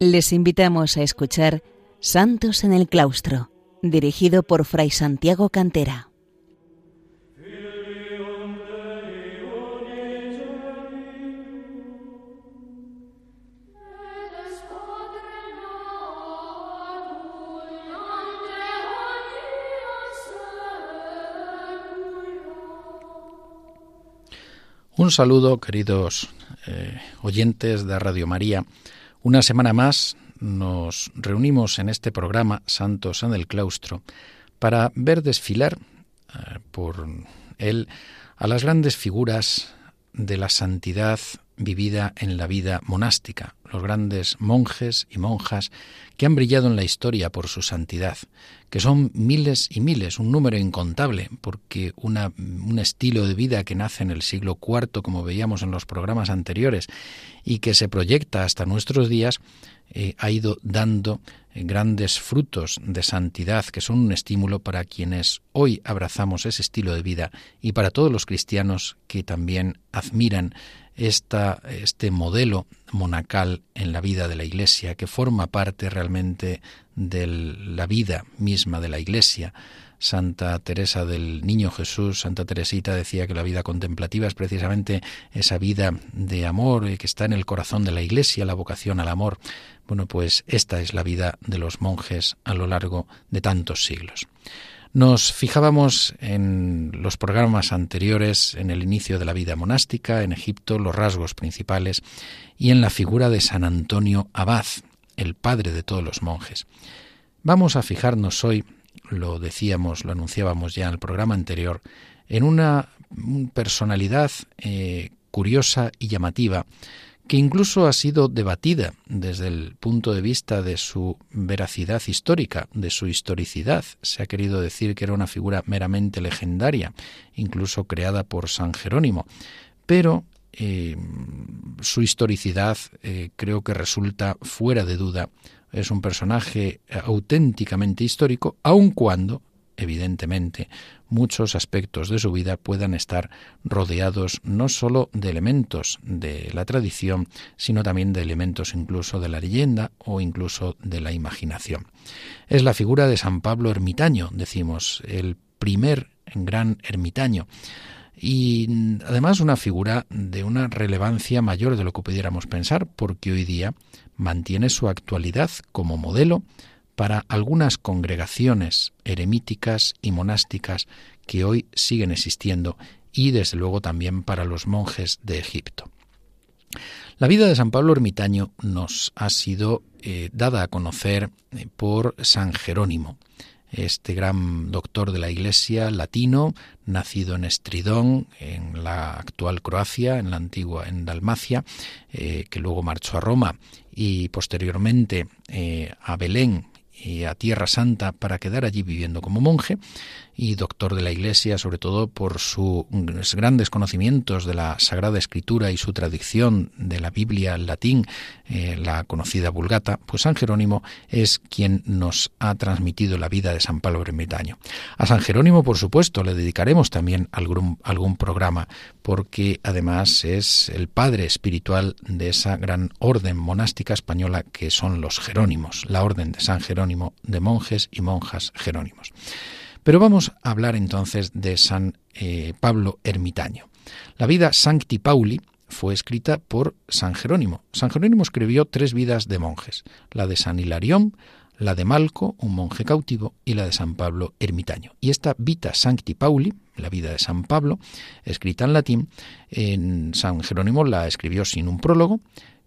Les invitamos a escuchar Santos en el Claustro, dirigido por Fray Santiago Cantera. Un saludo, queridos oyentes de Radio María. Una semana más nos reunimos en este programa Santos en el Claustro para ver desfilar por él a las grandes figuras de la santidad vivida en la vida monástica, los grandes monjes y monjas que han brillado en la historia por su santidad, que son miles y miles, un número incontable, porque un estilo de vida que nace en el siglo IV, como veíamos en los programas anteriores, y que se proyecta hasta nuestros días, ha ido dando grandes frutos de santidad, que son un estímulo para quienes hoy abrazamos ese estilo de vida y para todos los cristianos que también admiran este modelo monacal en la vida de la Iglesia, que forma parte realmente de la vida misma de la Iglesia. Santa Teresa del Niño Jesús, Santa Teresita, decía que la vida contemplativa es precisamente esa vida de amor que está en el corazón de la Iglesia, la vocación al amor. Bueno, pues esta es la vida de los monjes a lo largo de tantos siglos. Nos fijábamos en los programas anteriores en el inicio de la vida monástica en Egipto, los rasgos principales, y en la figura de San Antonio Abad, el padre de todos los monjes. Vamos a fijarnos hoy, lo decíamos, lo anunciábamos ya en el programa anterior, en una personalidad curiosa y llamativa, que incluso ha sido debatida desde el punto de vista de su veracidad histórica, de su historicidad. Se ha querido decir que era una figura meramente legendaria, incluso creada por San Jerónimo, pero su historicidad creo que resulta fuera de duda. Es un personaje auténticamente histórico, aun cuando, evidentemente, muchos aspectos de su vida puedan estar rodeados no solo de elementos de la tradición, sino también de elementos incluso de la leyenda o incluso de la imaginación. Es la figura de San Pablo Ermitaño, decimos, el primer gran ermitaño, y además una figura de una relevancia mayor de lo que pudiéramos pensar, porque hoy día mantiene su actualidad como modelo para algunas congregaciones eremíticas y monásticas que hoy siguen existiendo y desde luego también para los monjes de Egipto. La vida de San Pablo Ermitaño nos ha sido dada a conocer por San Jerónimo, este gran doctor de la Iglesia latino, nacido en Estridón, en la actual Croacia, en la antigua, en Dalmacia, que luego marchó a Roma y posteriormente a Belén y a Tierra Santa para quedar allí viviendo como monje, y doctor de la Iglesia, sobre todo por sus grandes conocimientos de la Sagrada Escritura y su traducción de la Biblia al latín, la conocida Vulgata. Pues San Jerónimo es quien nos ha transmitido la vida de San Pablo Ermitaño. A San Jerónimo, por supuesto, le dedicaremos también algún programa, porque además es el padre espiritual de esa gran orden monástica española que son los Jerónimos, la orden de San Jerónimo, de monjes y monjas jerónimos. Pero vamos a hablar entonces de San Pablo Ermitaño. La vida Sancti Pauli fue escrita por San Jerónimo. San Jerónimo escribió 3 vidas de monjes, la de San Hilarión, la de Malco, un monje cautivo, y la de San Pablo Ermitaño. Y esta Vita Sancti Pauli, la vida de San Pablo, escrita en latín, en San Jerónimo la escribió sin un prólogo,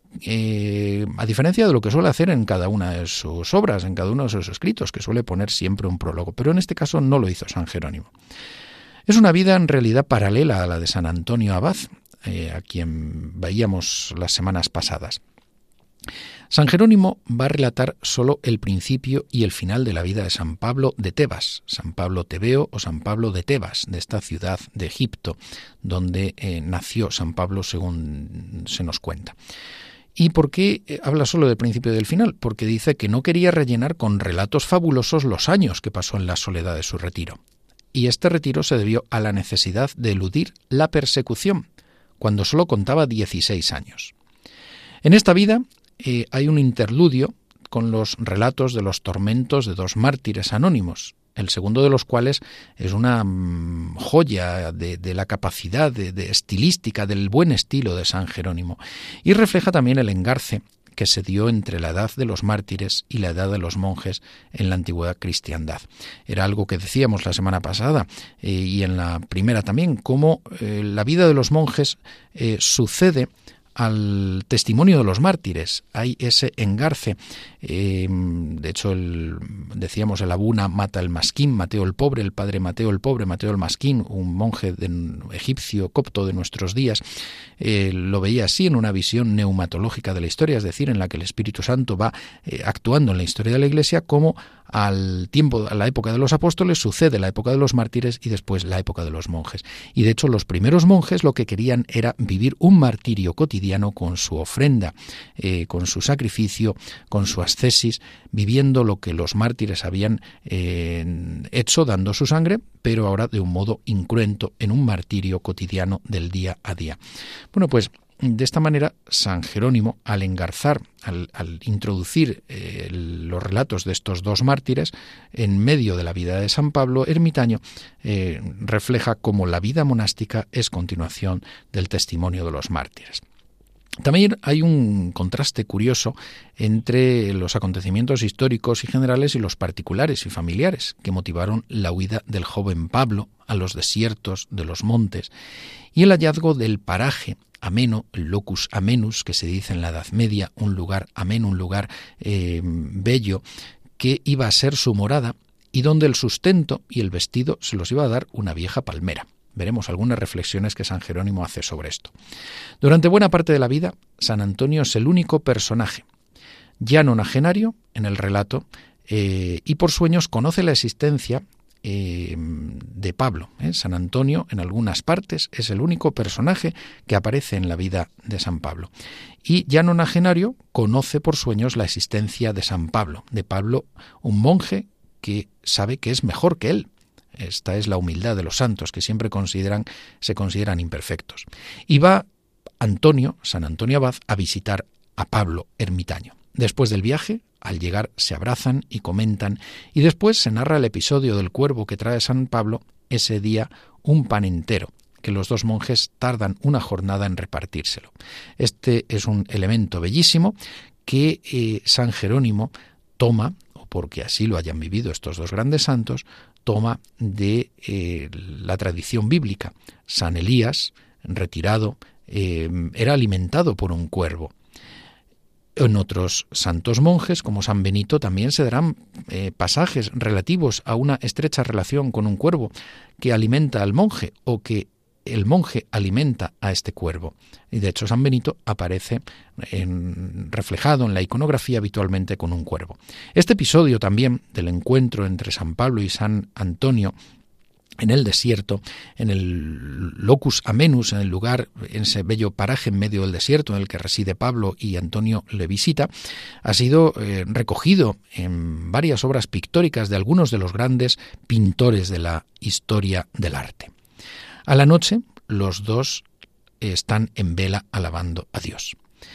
a diferencia de lo que suele hacer en cada una de sus obras, en cada uno de sus escritos, que suele poner siempre un prólogo, pero en este caso no lo hizo San Jerónimo. Es una vida en realidad paralela a la de San Antonio Abad, a quien veíamos las semanas pasadas. San Jerónimo va a relatar solo el principio y el final de la vida de San Pablo de Tebas, San Pablo Tebeo o San Pablo de Tebas, de esta ciudad de Egipto, donde nació San Pablo según se nos cuenta. ¿Y por qué habla solo del principio y del final? Porque dice que no quería rellenar con relatos fabulosos los años que pasó en la soledad de su retiro. Y este retiro se debió a la necesidad de eludir la persecución, cuando solo contaba 16 años. En esta vida hay un interludio con los relatos de los tormentos de dos mártires anónimos, el segundo de los cuales es una joya de la capacidad de estilística, del buen estilo de San Jerónimo, y refleja también el engarce que se dio entre la edad de los mártires y la edad de los monjes en la antigua cristiandad. Era algo que decíamos la semana pasada y en la primera también, cómo la vida de los monjes sucede al testimonio de los mártires. Hay ese engarce. De hecho, decíamos, el Abuna mata el Masquín, Mateo el pobre, el padre Mateo el pobre, Mateo el Masquín, un monje egipcio copto de nuestros días, lo veía así en una visión neumatológica de la historia, es decir, en la que el Espíritu Santo va actuando en la historia de la Iglesia, como a la época de los apóstoles sucede la época de los mártires y después la época de los monjes. Y de hecho, los primeros monjes lo que querían era vivir un martirio cotidiano con su ofrenda, con su sacrificio, con su ascesis, viviendo lo que los mártires habían hecho, dando su sangre, pero ahora de un modo incruento, en un martirio cotidiano del día a día. Bueno, pues de esta manera, San Jerónimo, al engarzar, al introducir los relatos de estos dos mártires en medio de la vida de San Pablo ermitaño, refleja cómo la vida monástica es continuación del testimonio de los mártires. También hay un contraste curioso entre los acontecimientos históricos y generales y los particulares y familiares que motivaron la huida del joven Pablo a los desiertos de los montes y el hallazgo del paraje ameno, el locus amenus, que se dice en la Edad Media, un lugar ameno, un lugar bello, que iba a ser su morada y donde el sustento y el vestido se los iba a dar una vieja palmera. Veremos algunas reflexiones que San Jerónimo hace sobre esto. Durante buena parte de la vida, San Antonio es el único personaje, ya nonagenario en el relato, y por sueños conoce la existencia de Pablo. San Antonio, en algunas partes, es el único personaje que aparece en la vida de San Pablo. Y ya nonagenario conoce por sueños la existencia de San Pablo, un monje que sabe que es mejor que él. Esta es la humildad de los santos, que siempre se consideran imperfectos. Y va San Antonio Abad, a visitar a Pablo ermitaño. Después del viaje, al llegar se abrazan y comentan, y después se narra el episodio del cuervo que trae San Pablo ese día, un pan entero, que los dos monjes tardan una jornada en repartírselo. Este es un elemento bellísimo que San Jerónimo toma, o porque así lo hayan vivido estos dos grandes santos, toma de la tradición bíblica. San Elías, retirado, era alimentado por un cuervo. En otros santos monjes, como San Benito, también se darán pasajes relativos a una estrecha relación con un cuervo que alimenta al monje o que el monje alimenta a este cuervo. Y de hecho San Benito aparece reflejado en la iconografía habitualmente con un cuervo. Este episodio también del encuentro entre San Pablo y San Antonio en el desierto, en el locus amenus, en el lugar, en ese bello paraje en medio del desierto en el que reside Pablo y Antonio le visita, ha sido recogido en varias obras pictóricas de algunos de los grandes pintores de la historia del arte. A la noche, los dos están en vela alabando a Dios.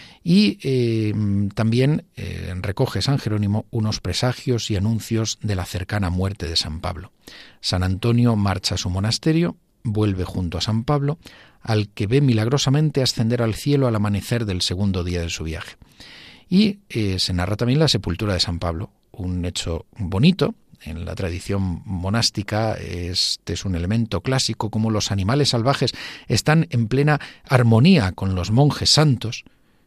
Y también recoge San Jerónimo unos presagios y anuncios de la cercana muerte de San Pablo. San Antonio marcha a su monasterio, vuelve junto a San Pablo, al que ve milagrosamente ascender al cielo al amanecer del segundo día de su viaje. Y se narra también la sepultura de San Pablo, un hecho bonito. En la tradición monástica este es un elemento clásico, como los animales salvajes están en plena armonía con los monjes santos.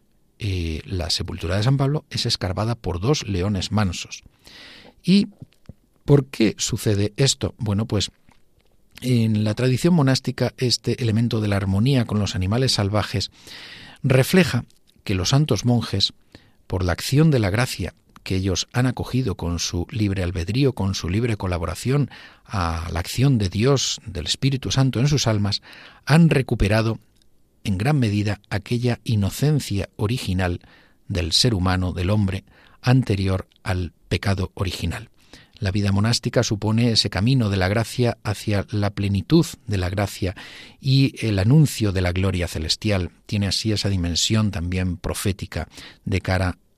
La sepultura de San Pablo es escarbada por dos leones mansos. ¿Y por qué sucede esto? Bueno, pues en la tradición monástica este elemento de la armonía con los animales salvajes refleja que los santos monjes, por la acción de la gracia que ellos han acogido con su libre albedrío, con su libre colaboración a la acción de Dios, del Espíritu Santo en sus almas, han recuperado en gran medida aquella inocencia original del ser humano, del hombre, anterior al pecado original. La vida monástica supone ese camino de la gracia hacia la plenitud de la gracia y el anuncio de la gloria celestial. Tiene así esa dimensión también profética de cara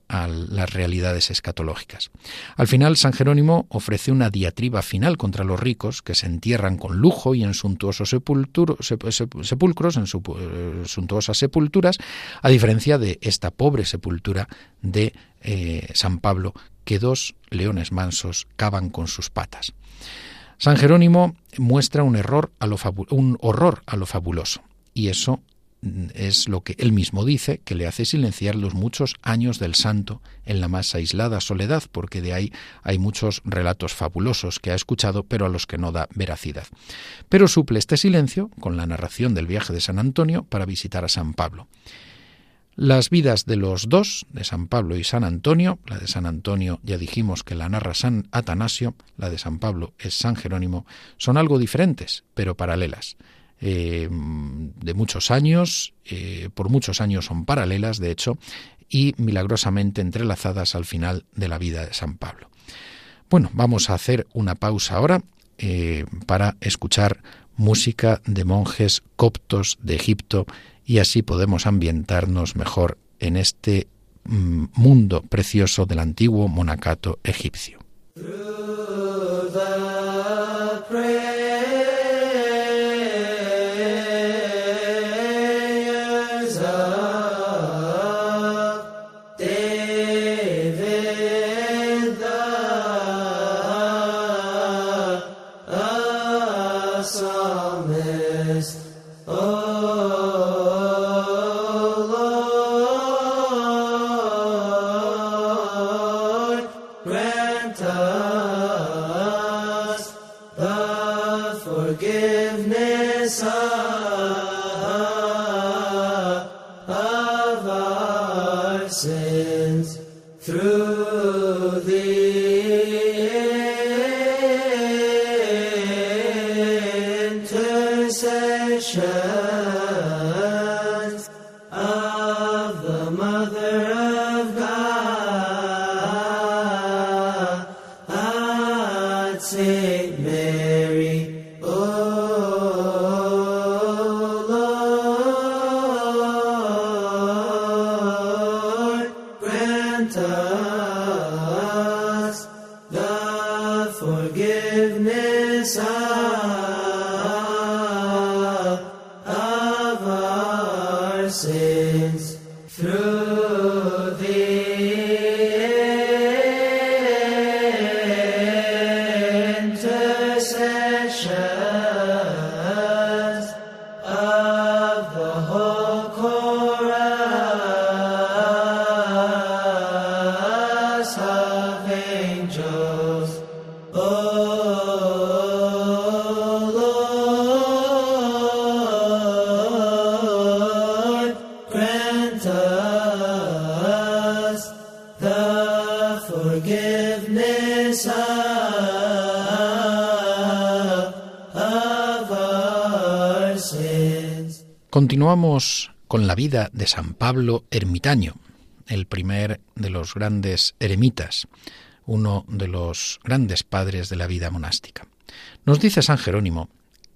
a las realidades escatológicas. Al final, San Jerónimo ofrece una diatriba final contra los ricos que se entierran con lujo y en suntuosos sepulcros, en suntuosas sepulturas, a diferencia de esta pobre sepultura de San Pablo, que 2 leones mansos cavan con sus patas. San Jerónimo muestra un horror a lo fabuloso, y eso es lo que él mismo dice, que le hace silenciar los muchos años del santo en la más aislada soledad, porque de ahí hay muchos relatos fabulosos que ha escuchado, pero a los que no da veracidad. Pero suple este silencio con la narración del viaje de San Antonio para visitar a San Pablo. Las vidas de los dos, de San Pablo y San Antonio, la de San Antonio ya dijimos que la narra San Atanasio, la de San Pablo es San Jerónimo, son algo diferentes, pero paralelas. De muchos años, por muchos años son paralelas, de hecho, y milagrosamente entrelazadas al final de la vida de San Pablo. Bueno, vamos a hacer una pausa ahora para escuchar música de monjes coptos de Egipto y así podemos ambientarnos mejor en este mundo precioso del antiguo monacato egipcio. Continuamos con la vida de San Pablo ermitaño, el primer de los grandes eremitas, uno de los grandes padres de la vida monástica. Nos dice San Jerónimo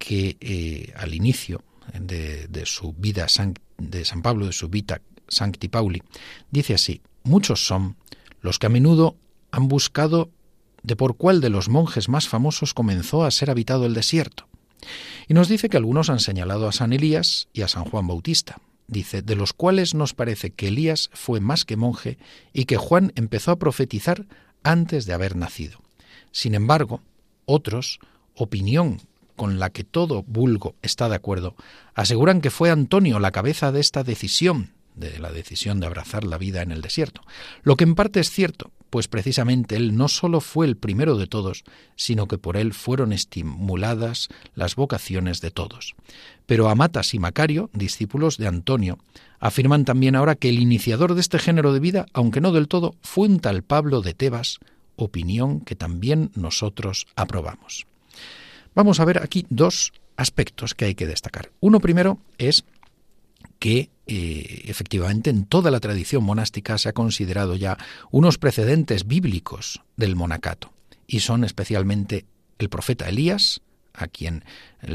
que al inicio de su vida de San Pablo, de su Vita Sancti Pauli, dice así: muchos son los que a menudo han buscado de por cuál de los monjes más famosos comenzó a ser habitado el desierto. Y nos dice que algunos han señalado a San Elías y a San Juan Bautista. Dice, de los cuales nos parece que Elías fue más que monje y que Juan empezó a profetizar antes de haber nacido. Sin embargo, otros, opinión con la que todo vulgo está de acuerdo, aseguran que fue Antonio la cabeza de esta decisión, de la decisión de abrazar la vida en el desierto, lo que en parte es cierto, pues precisamente él no solo fue el primero de todos, sino que por él fueron estimuladas las vocaciones de todos. Pero Amatas y Macario, discípulos de Antonio, afirman también ahora que el iniciador de este género de vida, aunque no del todo, fue un tal Pablo de Tebas, opinión que también nosotros aprobamos. Vamos a ver aquí dos aspectos que hay que destacar. Uno primero es que efectivamente en toda la tradición monástica se ha considerado ya unos precedentes bíblicos del monacato, y son especialmente el profeta Elías, a quien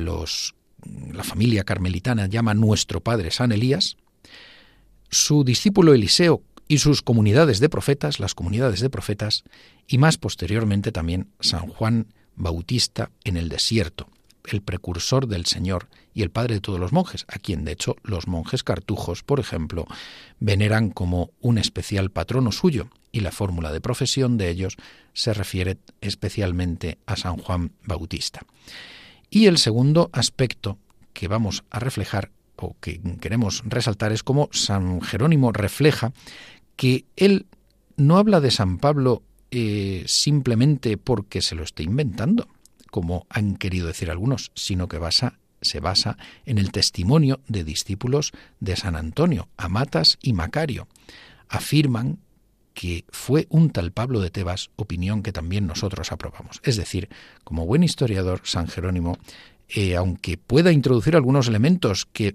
la familia carmelitana llama nuestro padre San Elías, su discípulo Eliseo y sus comunidades de profetas, las comunidades de profetas, y más posteriormente también San Juan Bautista en el desierto, el precursor del Señor y el padre de todos los monjes, a quien de hecho los monjes cartujos, por ejemplo, veneran como un especial patrono suyo, y la fórmula de profesión de ellos se refiere especialmente a San Juan Bautista. Y el segundo aspecto que vamos a reflejar o que queremos resaltar es cómo San Jerónimo refleja que él no habla de San Pablo simplemente porque se lo esté inventando, como han querido decir algunos, sino que se basa en el testimonio de discípulos de San Antonio, Amatas y Macario. Afirman que fue un tal Pablo de Tebas, opinión que también nosotros aprobamos. Es decir, como buen historiador, San Jerónimo, aunque pueda introducir algunos elementos que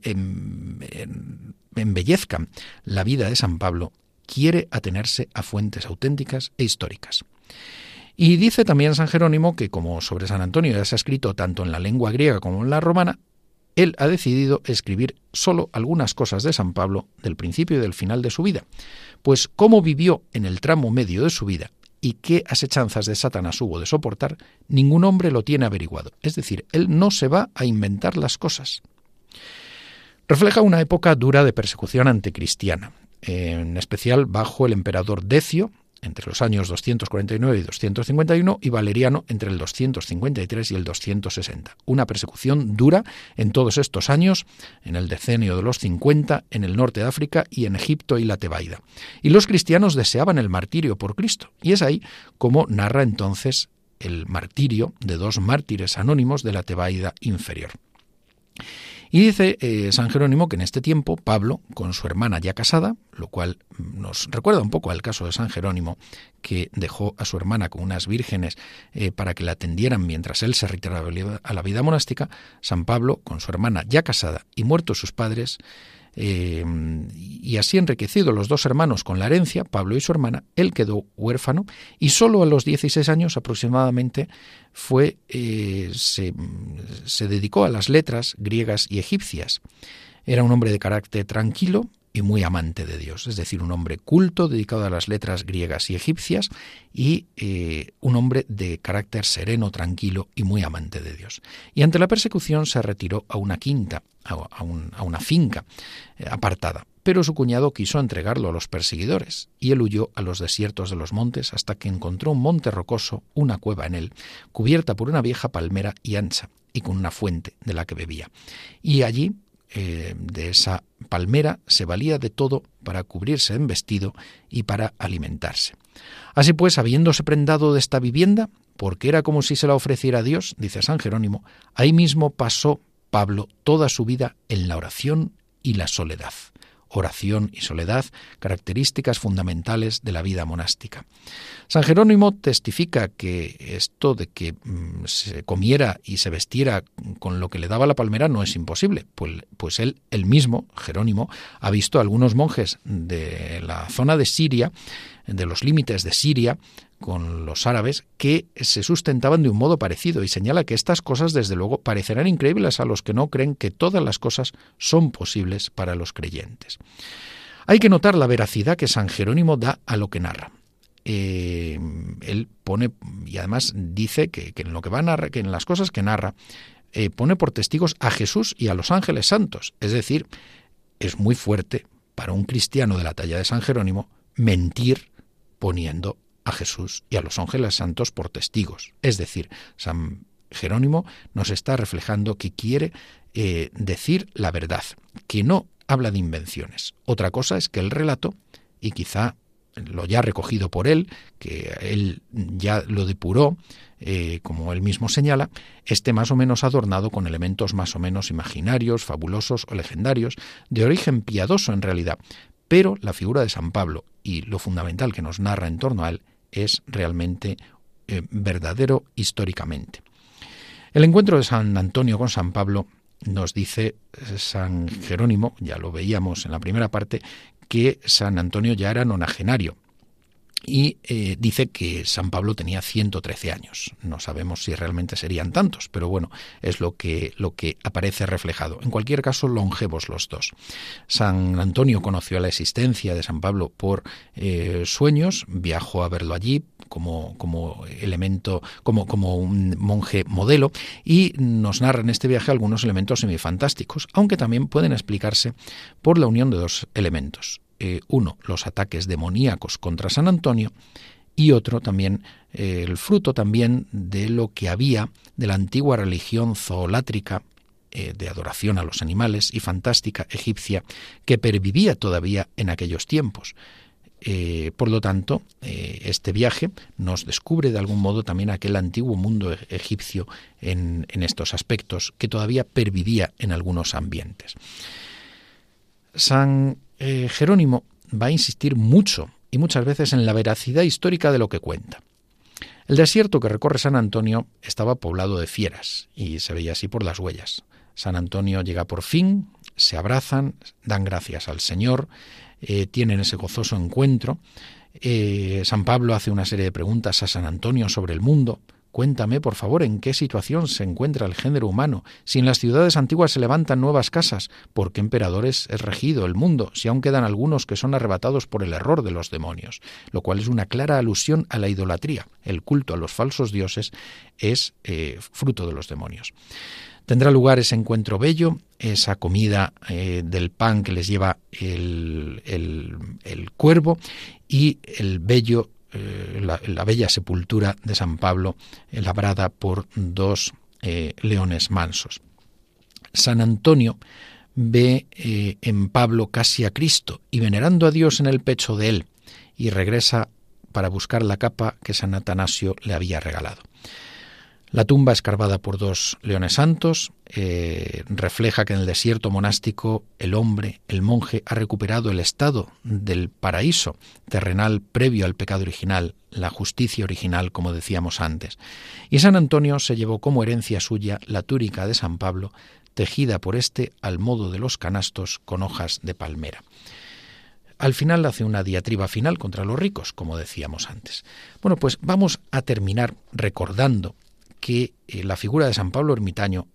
embellezcan la vida de San Pablo, quiere atenerse a fuentes auténticas e históricas. Y dice también San Jerónimo que, como sobre San Antonio ya se ha escrito tanto en la lengua griega como en la romana, él ha decidido escribir solo algunas cosas de San Pablo del principio y del final de su vida, pues cómo vivió en el tramo medio de su vida y qué asechanzas de Satanás hubo de soportar, ningún hombre lo tiene averiguado. Es decir, él no se va a inventar las cosas. Refleja una época dura de persecución anticristiana, en especial bajo el emperador Decio, entre los años 249 y 251, y Valeriano entre el 253 y el 260. Una persecución dura en todos estos años, en el decenio de los 50, en el norte de África y en Egipto y la Tebaida. Y los cristianos deseaban el martirio por Cristo, y es ahí como narra entonces el martirio de dos mártires anónimos de la Tebaida inferior. Y dice San Jerónimo que en este tiempo Pablo, con su hermana ya casada, lo cual nos recuerda un poco al caso de San Jerónimo, que dejó a su hermana con unas vírgenes para que la atendieran mientras él se retiraba a la vida monástica. San Pablo, con su hermana ya casada y muertos sus padres, y así enriquecidos los dos hermanos con la herencia, Pablo y su hermana, él quedó huérfano y solo a los 16 años aproximadamente se dedicó a las letras griegas y egipcias. Era un hombre de carácter tranquilo y muy amante de Dios, es decir, un hombre culto dedicado a las letras griegas y egipcias y un hombre de carácter sereno, tranquilo y muy amante de Dios. Y ante la persecución se retiró a una quinta, a una finca apartada, pero su cuñado quiso entregarlo a los perseguidores y él huyó a los desiertos de los montes hasta que encontró un monte rocoso, una cueva en él, cubierta por una vieja palmera y ancha y con una fuente de la que bebía. Y allí, de esa palmera, se valía de todo para cubrirse en vestido y para alimentarse. Así pues, habiéndose prendado de esta vivienda, porque era como si se la ofreciera a Dios, dice San Jerónimo, ahí mismo pasó Pablo toda su vida en la oración y la soledad. Oración y soledad, características fundamentales de la vida monástica. San Jerónimo testifica que esto de que se comiera y se vestiera con lo que le daba la palmera no es imposible, pues él mismo, Jerónimo, ha visto a algunos monjes de la zona de Siria, de los límites de Siria, con los árabes, que se sustentaban de un modo parecido, y señala que estas cosas desde luego parecerán increíbles a los que no creen que todas las cosas son posibles para los creyentes. Hay que notar la veracidad que San Jerónimo da a lo que narra. Él pone, y además dice que en lo que va a narrar, que en las cosas que narra, pone por testigos a Jesús y a los ángeles santos. Es decir, es muy fuerte para un cristiano de la talla de San Jerónimo mentir poniendo a Jesús y a los ángeles santos por testigos. Es decir, San Jerónimo nos está reflejando que quiere decir la verdad, que no habla de invenciones. Otra cosa es que el relato, y quizá lo ya recogido por él, que él ya lo depuró, como él mismo señala, esté más o menos adornado con elementos más o menos imaginarios, fabulosos o legendarios, de origen piadoso en realidad, pero la figura de San Pablo y lo fundamental que nos narra en torno a él es realmente verdadero históricamente. El encuentro de San Antonio con San Pablo, nos dice San Jerónimo, ya lo veíamos en la primera parte, que San Antonio ya era nonagenario. y dice que San Pablo tenía 113 años. No sabemos si realmente serían tantos, pero bueno, es lo que aparece reflejado. En cualquier caso, longevos los dos. San Antonio conoció la existencia de San Pablo por sueños, viajó a verlo allí como elemento, como un monje modelo, y nos narra en este viaje algunos elementos semifantásticos, aunque también pueden explicarse por la unión de dos elementos. Uno, los ataques demoníacos contra San Antonio, y otro también, el fruto también de lo que había de la antigua religión zoolátrica, de adoración a los animales y fantástica egipcia, que pervivía todavía en aquellos tiempos. Por lo tanto, este viaje nos descubre de algún modo también aquel antiguo mundo egipcio en estos aspectos, que todavía pervivía en algunos ambientes. San Jerónimo va a insistir mucho y muchas veces en la veracidad histórica de lo que cuenta. El desierto que recorre San Antonio estaba poblado de fieras y se veía así por las huellas. San Antonio llega por fin, se abrazan, dan gracias al Señor, tienen ese gozoso encuentro. San Pablo hace una serie de preguntas a San Antonio sobre el mundo. Cuéntame, por favor, en qué situación se encuentra el género humano, si en las ciudades antiguas se levantan nuevas casas, por qué emperadores es regido el mundo, si aún quedan algunos que son arrebatados por el error de los demonios, lo cual es una clara alusión a la idolatría. El culto a los falsos dioses es fruto de los demonios. Tendrá lugar ese encuentro bello, esa comida del pan que les lleva el cuervo y el bello la bella sepultura de San Pablo, labrada por dos leones mansos. San Antonio ve en Pablo casi a Cristo y venerando a Dios en el pecho de él, y regresa para buscar la capa que San Atanasio le había regalado. La tumba escarbada por dos leones santos refleja que en el desierto monástico el hombre, el monje, ha recuperado el estado del paraíso terrenal previo al pecado original, la justicia original, como decíamos antes. Y San Antonio se llevó como herencia suya la túnica de San Pablo, tejida por éste al modo de los canastos con hojas de palmera. Al final hace una diatriba final contra los ricos, como decíamos antes. Bueno, pues vamos a terminar recordando que la figura de San Pablo ermitaño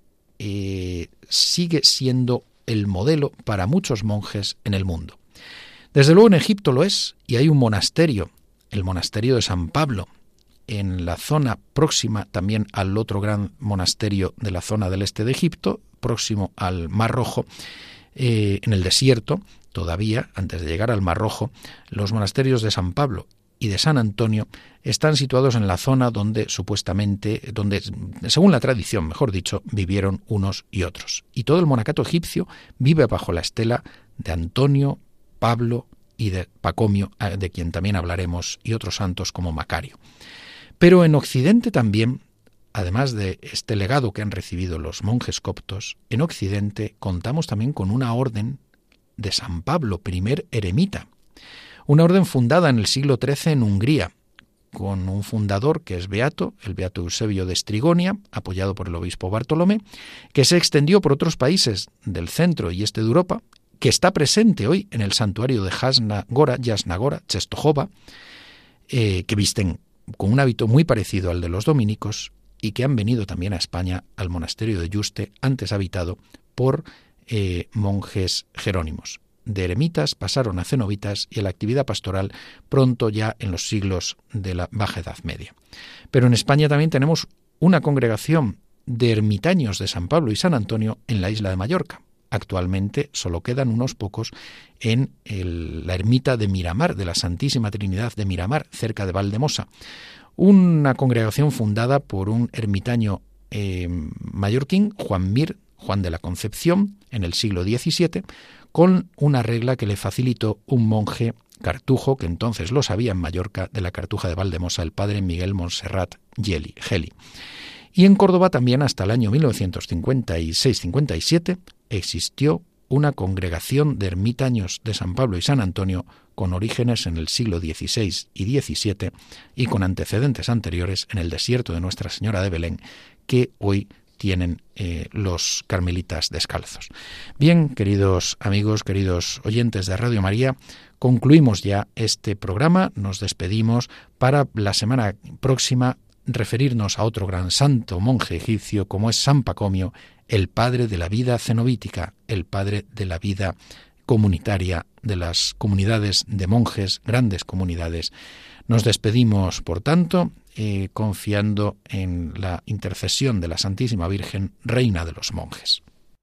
sigue siendo el modelo para muchos monjes en el mundo. Desde luego en Egipto lo es, y hay un monasterio, el monasterio de San Pablo, en la zona próxima también al otro gran monasterio de la zona del este de Egipto, próximo al Mar Rojo, en el desierto, todavía, antes de llegar al Mar Rojo, los monasterios de San Pablo y de San Antonio están situados en la zona donde supuestamente, según la tradición, mejor dicho, vivieron unos y otros. Y todo el monacato egipcio vive bajo la estela de Antonio, Pablo y de Pacomio, de quien también hablaremos, y otros santos como Macario. Pero en Occidente también, además de este legado que han recibido los monjes coptos, en Occidente contamos también con una orden de San Pablo, primer eremita. Una orden fundada en el siglo XIII en Hungría, con un fundador que es beato, el beato Eusebio de Strigonia, apoyado por el obispo Bartolomé, que se extendió por otros países del centro y este de Europa, que está presente hoy en el santuario de Jasna-Gora, Czestochowa, que visten con un hábito muy parecido al de los dominicos y que han venido también a España al monasterio de Yuste, antes habitado por monjes jerónimos. De eremitas pasaron a cenobitas y a la actividad pastoral pronto ya en los siglos de la Baja Edad Media. Pero en España también tenemos una congregación de ermitaños de San Pablo y San Antonio en la isla de Mallorca. Actualmente solo quedan unos pocos en la ermita de Miramar, de la Santísima Trinidad de Miramar, cerca de Valdemosa. Una congregación fundada por un ermitaño mallorquín, Juan de la Concepción, en el siglo XVII, con una regla que le facilitó un monje cartujo, que entonces lo sabía en Mallorca, de la Cartuja de Valdemosa, el padre Miguel Montserrat Geli. Y en Córdoba también hasta el año 1956-57 existió una congregación de ermitaños de San Pablo y San Antonio con orígenes en el siglo XVI y XVII y con antecedentes anteriores en el desierto de Nuestra Señora de Belén, que hoy tienen los carmelitas descalzos. Bien, queridos amigos, queridos oyentes de Radio María, concluimos ya este programa, nos despedimos para la semana próxima referirnos a otro gran santo monje egipcio como es San Pacomio, el padre de la vida cenobítica, el padre de la vida comunitaria de las comunidades de monjes, grandes comunidades. Nos despedimos, por tanto, confiando en la intercesión de la Santísima Virgen, Reina de los monjes.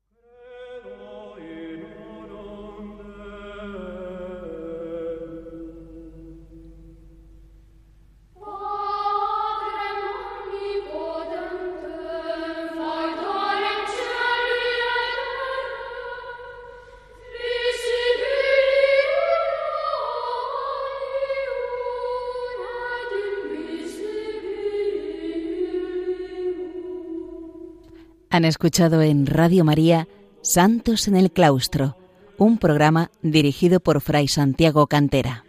Han escuchado en Radio María Santos en el Claustro, un programa dirigido por Fray Santiago Cantera.